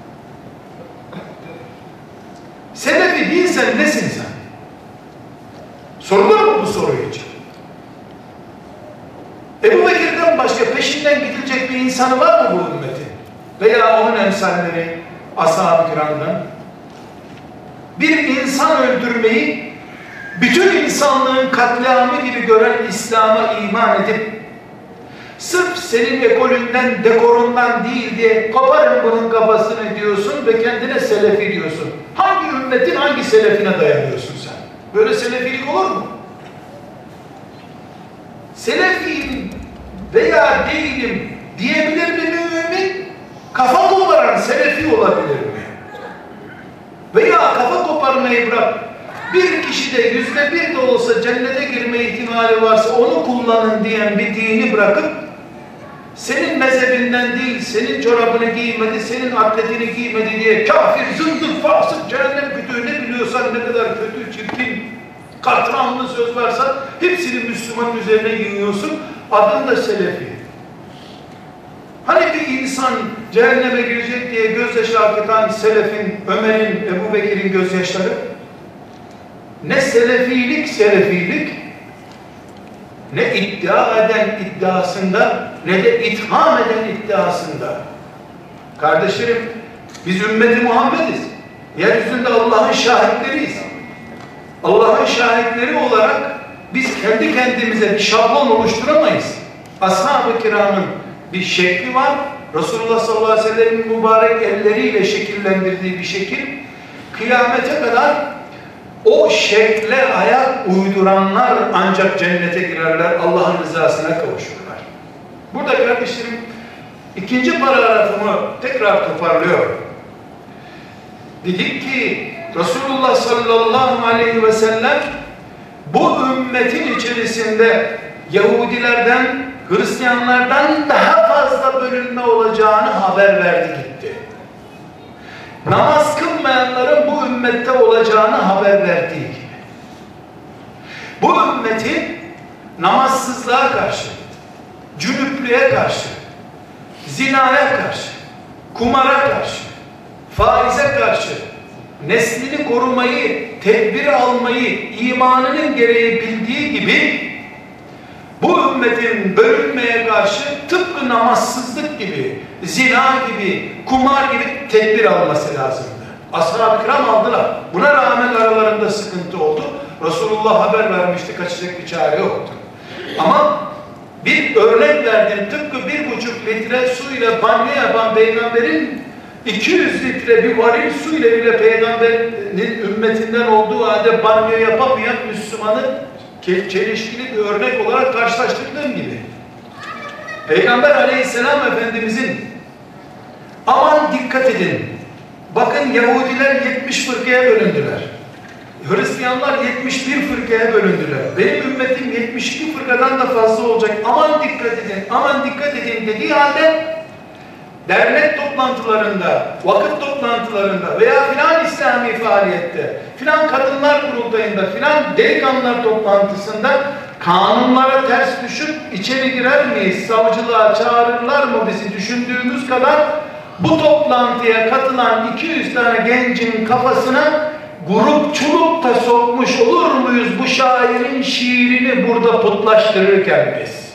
Selefi değilsen nesin sen? Sorulur mu bu soru için? Ebu Bekir'den başka peşinden gidilecek bir insanı var mı bu ümmetin? Veya onun emsalleri, ashab-ı kiramdan? Bir insan öldürmeyi bütün insanlığın katliamı gibi gören İslam'a iman edip sırf senin ekolünden, dekorundan değil diye koparın bunun kafasını diyorsun ve kendine selefi diyorsun. Hangi ümmetin hangi selefine dayanıyorsun sen? Böyle selefilik olur mu? Selefiyim veya değilim diyebilir mi mümin? Kafa koparan selefi olabilir mi? Veya kafa koparmayı bırak, bir kişi de %1 de olsa cennete girme ihtimali varsa onu kullanın diyen bir dini bırakıp senin mezhebinden değil, senin çorabını giymedi, senin atletini giymedi diye kafir, zındık, fasık, cehennem kütüğü ne biliyorsan, ne kadar kötü, çirkin, katranlı söz varsa hepsini Müslümanın üzerine yığıyorsun, adın da selefi. Hani bir insan cehenneme girecek diye gözyaşı akıtan selefin, Ömer'in, Ebu Bekir'in gözyaşları, ne selefilik, ne iddia eden iddiasında, ne de itham eden iddiasında. Kardeşlerim, biz ümmeti Muhammediz. Yeryüzünde Allah'ın şahitleriyiz. Allah'ın şahitleri olarak biz kendi kendimize bir şablon oluşturamayız. Ashab-ı kiramın bir şekli var. Resulullah sallallahu aleyhi ve sellem'in mübarek elleriyle şekillendirdiği bir şekil. kıyamete kadar o şekle ayak uyduranlar ancak cennete girerler, Allah'ın rızasına kavuşurlar. Burada kardeşlerim, ikinci paragrafımı tekrar toparlıyorum. Dedik ki Resulullah sallallahu aleyhi ve sellem bu ümmetin içerisinde Yahudilerden, Hristiyanlardan daha fazla bölünme olacağını haber verdi gitti. Namaz kılmayanların bu ümmette olacağını haber verdiği gibi. Bu ümmetin namazsızlığa karşı, cünüplüğe karşı, zinaya karşı, kumara karşı, faize karşı, neslini korumayı, tedbir almayı imanının gereği bildiği gibi bu ümmetin bölünmeye karşı tıpkı namazsızlık gibi, zina gibi, kumar gibi tedbir alması lazımdı. Ashab-ı kiram aldılar. Buna rağmen aralarında sıkıntı oldu. Resulullah haber vermişti, kaçacak bir çare yoktu. Ama bir örnek verdim. Tıpkı 1,5 litre su ile banyo yapan peygamberin 200 litre bir varil su ile bile peygamberin ümmetinden olduğu halde banyo yapamayan Müslümanı çelişkili bir örnek olarak karşılaştırdığım gibi. Peygamber aleyhisselam efendimizin aman dikkat edin, bakın Yahudiler 70 fırkaya bölündüler. Hristiyanlar 71 fırkaya bölündüler. Benim ümmetim 72 fırkadan da fazla olacak. Aman dikkat edin, aman dikkat edin dediği halde dernek toplantılarında, vakıf toplantılarında veya filan İslami faaliyette, filan kadınlar kurultayında, filan delikanlılar toplantısında kanunlara ters düşüp içeri girer miyiz, savcılığa çağırırlar mı bizi düşündüğümüz kadar bu toplantıya katılan 200 tane gencin kafasına grupçuluk da sokmuş olur muyuz bu şairin şiirini burada putlaştırırken biz?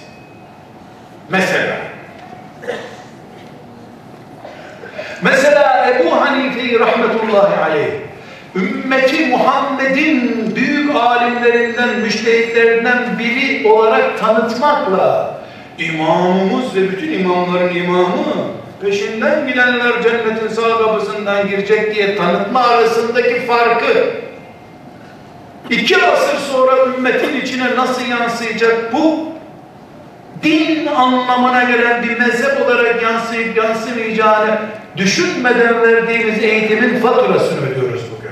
Mesela Ebu Hanife'yi rahmetullahi aleyh, ümmeti Muhammed'in büyük alimlerinden, müştehitlerinden biri olarak tanıtmakla imamımız ve bütün imamların imamı, peşinden gidenler cennetin sağ kapısından girecek diye tanıtma arasındaki farkı 2 asır sonra ümmetin içine nasıl yansıyacak, bu din anlamına gelen bir mezhep olarak yansıyıp yansımayacağını düşünmeden verdiğimiz eğitimin faturasını ödüyoruz bugün.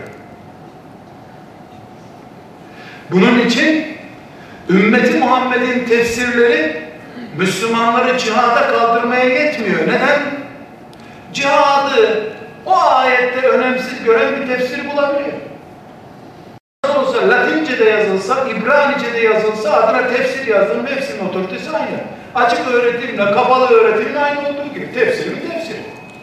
Bunun için ümmeti Muhammed'in tefsirleri Müslümanları cihada kaldırmaya yetmiyor. Neden? Cihadı o ayette önemsiz gören bir tefsir bulabiliyor. Nasıl olsa Latince'de yazılsa, İbranice'de yazılsa adına tefsir yazdığının hepsinin otoritesi aynı. Açık öğretimle, kapalı öğretimle aynı olduğu gibi tefsirin tefsiri.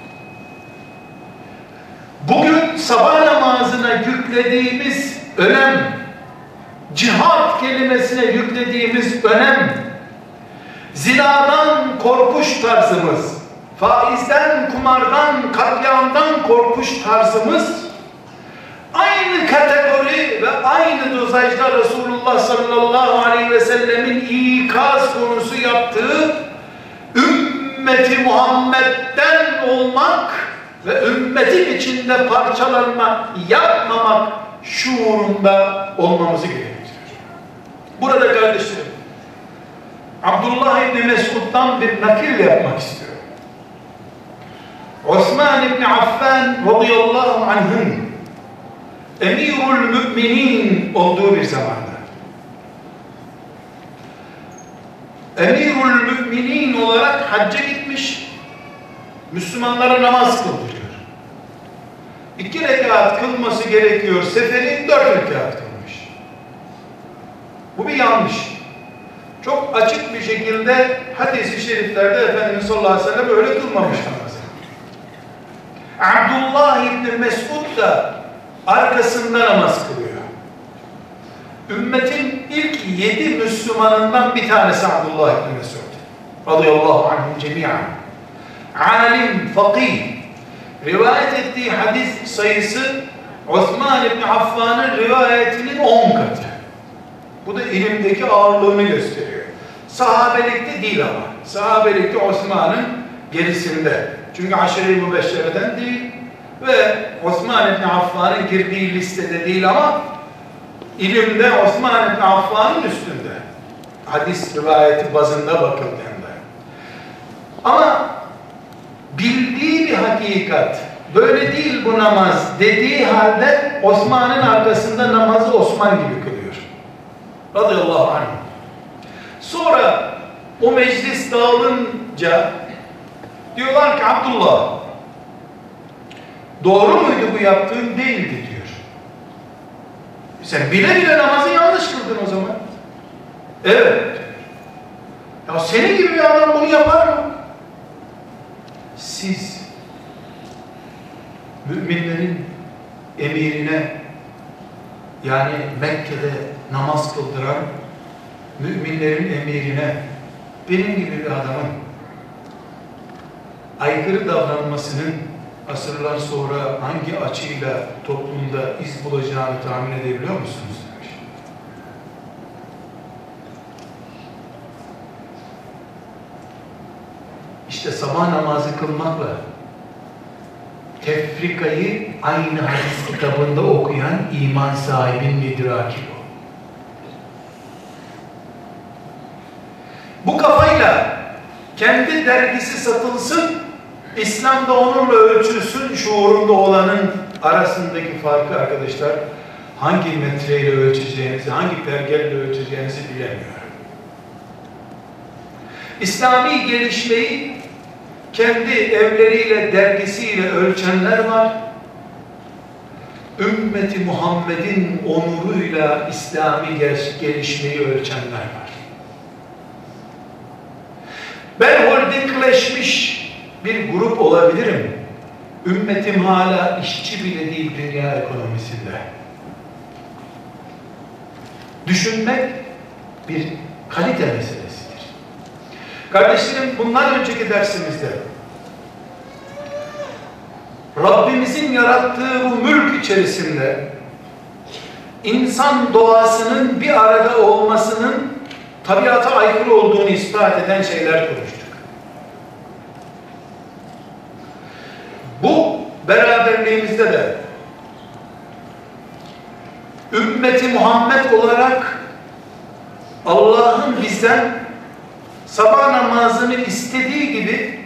Bugün sabah namazına yüklediğimiz önem, cihat kelimesine yüklediğimiz önem, zinadan korkuş tarzımız, faizden, kumardan, katliamdan korkuş tarzımız aynı kategori ve aynı dozajda Resulullah sallallahu aleyhi ve sellemin ikaz konusu yaptığı ümmeti Muhammed'den olmak ve ümmetin içinde parçalanma yapmamak şuurunda olmamızı gerektirir. Burada kardeşlerim, Abdullah İbni Mesud'dan bir nakil yapmak istiyorum. Osman İbni Affan radıyallahu anh'ın Emirul Müminin olduğu bir zamanda Emirul Müminin olarak hacca gitmiş, Müslümanlara namaz kıldırıyor. 2 rekat kılması gerekiyor, seferi 4 rekat kılmış. Bu bir yanlış. Çok açık bir şekilde hadis-i şeriflerde Efendimiz sallallahu aleyhi ve sellem öyle kılmamış namazı. Abdullah İbni Mesud da arkasında namaz kılıyor. Ümmetin ilk 7 Müslümanından bir tanesi Abdullah İbni Mesud radıyallahu anhum cemiyan. Alim, fakih. Rivayet ettiği hadis sayısı Osman İbni Affan'ın rivayetinin 10 katı. Bu da ilimdeki ağırlığını gösteriyor. Sahabelikte değil ama. Sahabelikte Osman'ın gerisinde. Çünkü aşire-i mübeşşereden değil. ve Osman İbni Affan'ın girdiği listede değil ama ilimde Osman İbni Affan'ın üstünde. Hadis rivayeti bazında bakıldığında. Ama bildiği bir hakikat, böyle değil bu namaz dediği halde Osman'ın arkasında namazı Osman gibi kılıyor. Radıyallahu anh. Sonra o meclis dağılınca diyorlar ki Abdullah, doğru muydu bu yaptığın? Değildi diyor. Sen bile bile namazı yanlış kıldın o zaman. Evet. Ya senin gibi bir adam bunu yapar mı? Siz müminlerin emirine, yani Mekke'de namaz kıldıran müminlerin emirine benim gibi bir adamın aykırı davranmasının asırlar sonra hangi açıyla toplumda iz bulacağını tahmin edebiliyor musunuz? Demiş. İşte sabah namazı kılmakla tefrikayı aynı hadis kitabında okuyan iman sahibinin idraki bu. Bu kafayla kendi dergisi satılsın, İslam'da onunla ölçülsün şuurunda olanın arasındaki farkı arkadaşlar, hangi metreyle ölçeceğinizi, hangi pergelle ölçeceğinizi bilemiyorum. İslami gelişmeyi kendi evleriyle, dergisiyle ölçenler var. Ümmeti Muhammed'in onuruyla İslami gelişmeyi ölçenler var. Ben holdingleşmiş bir grup olabilirim. Ümmetim hala işçi bile değil dünya ekonomisinde. Düşünmek bir kalite meselesidir. Kardeşlerim, bundan önceki dersimizde Rabbimizin yarattığı bu mülk içerisinde insan doğasının bir arada olmasının tabiata aykırı olduğunu ispat eden şeyler konuştuk. Bu beraberliğimizde de ümmeti Muhammed olarak Allah'ın bizden sabah namazını istediği gibi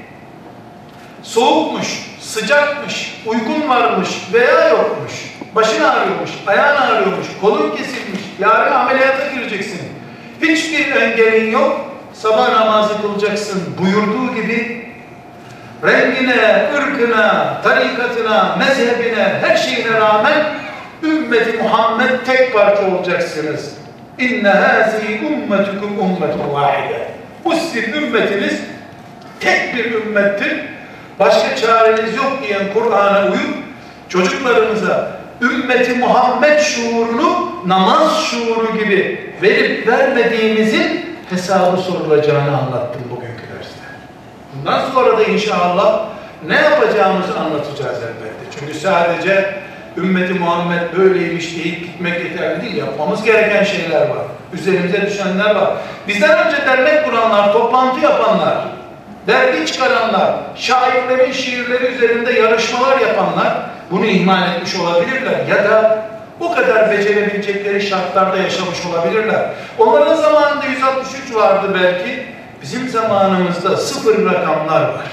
soğukmuş, sıcakmış, uygun varmış veya yokmuş, başın ağrıyormuş, ayağın ağrıyormuş, kolun kesilmiş, yarın ameliyata gireceksin, hiçbir engelin yok, sabah namazı kılacaksın buyurduğu gibi rengine, ırkına, tarikatına, mezhebine, her şeyine rağmen ümmeti Muhammed tek parça olacaksınız. İnne hâzî ummetukum ummetun vâhide. Bu sizin ümmetiniz tek bir ümmettir. Başka çareniz yok diyen Kur'an'a uyup çocuklarımıza ümmeti Muhammed şuurunu namaz şuuru gibi verip vermediğimizin hesabı sorulacağını anlattım bugünkü derste. Bundan sonra da inşallah ne yapacağımızı anlatacağız elbette. Çünkü sadece ümmeti Muhammed böyleymiş deyip gitmek yeterli değil. Yapmamız gereken şeyler var. Üzerimize düşenler var. Bizden önce dernek kuranlar, toplantı yapanlar, dergi çıkaranlar, şairlerin şiirleri üzerinde yarışmalar yapanlar bunu ihmal etmiş olabilirler. Ya da o kadar becerebilecekleri şartlarda yaşamış olabilirler. Onların zamanında 163 vardı belki. Bizim zamanımızda 0 rakamlar var.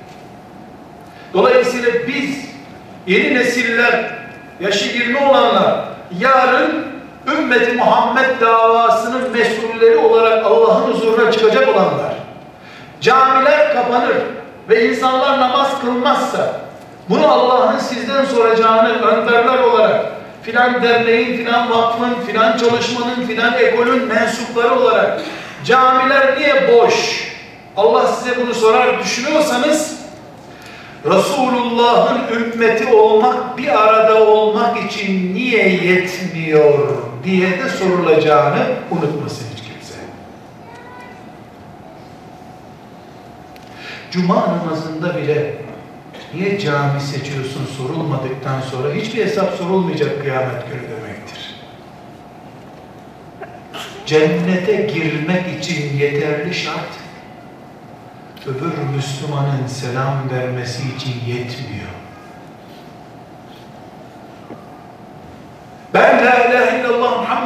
Dolayısıyla biz yeni nesiller, yaşı 20 olanlar yarın ümmeti Muhammed davasının mesulleri olarak Allah'ın huzuruna çıkacak olanlar, camiler kapanır ve insanlar namaz kılmazsa bunu Allah'ın sizden soracağını önderler olarak filan derneğin, filan vakfın, filan çalışmanın, filan ekolün mensupları olarak camiler niye boş? Allah size bunu sorar düşünüyorsanız Resulullah'ın ümmeti olmak, bir arada olmak için niye yetmiyor diye de sorulacağını unutmasın hiç kimse. Cuma namazında bile niye cami seçiyorsun sorulmadıktan sonra hiçbir hesap sorulmayacak kıyamet günü demektir. Cennete girmek için yeterli şart öbür Müslümanın selam vermesi için yetmiyor.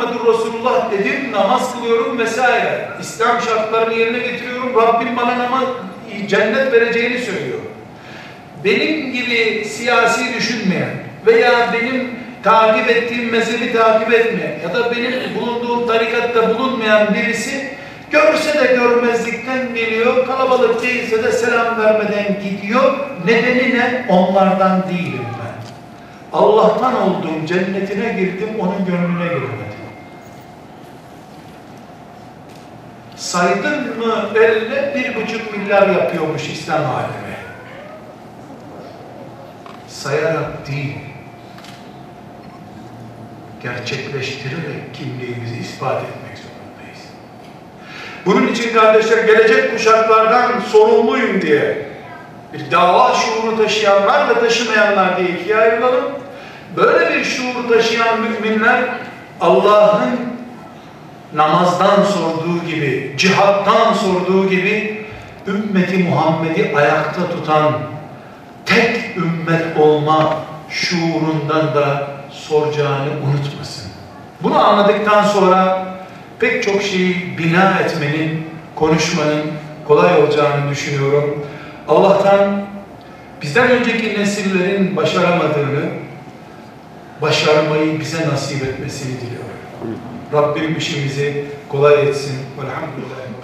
Muhammedur Resulullah dedim, namaz kılıyorum vesaire. İslam şartlarını yerine getiriyorum. Rabbim bana cennet vereceğini söylüyor. Benim gibi siyasi düşünmeyen veya benim takip ettiğim mezhebi takip etmeyen ya da benim bulunduğum tarikatta bulunmayan birisi görse de görmezlikten geliyor, kalabalık değilse de selam vermeden gidiyor. Nedeni ne? Onlardan değilim ben. Allah'tan olduğum cennetine girdim, onun gönlüne giremedim. Saydın mı elle 1,5 milyar yapıyormuş İslam alemi. Sayarak değil, gerçekleştirerek kimliğimizi ispat etmek zorundayız. Bunun için kardeşler, gelecek kuşaklardan sorumluyum diye bir dava şuuru taşıyanlar ve taşımayanlar diye ikiye ayrılalım. Böyle bir şuur taşıyan müminler, Allah'ın namazdan sorduğu gibi, cihattan sorduğu gibi ümmeti Muhammed'i ayakta tutan tek ümmet olma şuurundan da soracağını unutmasın. Bunu anladıktan sonra pek çok şeyi bina etmenin, konuşmanın kolay olacağını düşünüyorum. Allah'tan bizden önceki nesillerin başaramadığını, başarmayı bize nasip etmesini diliyorum. Rabbim işimizi kolay etsin. Velhamdülillah.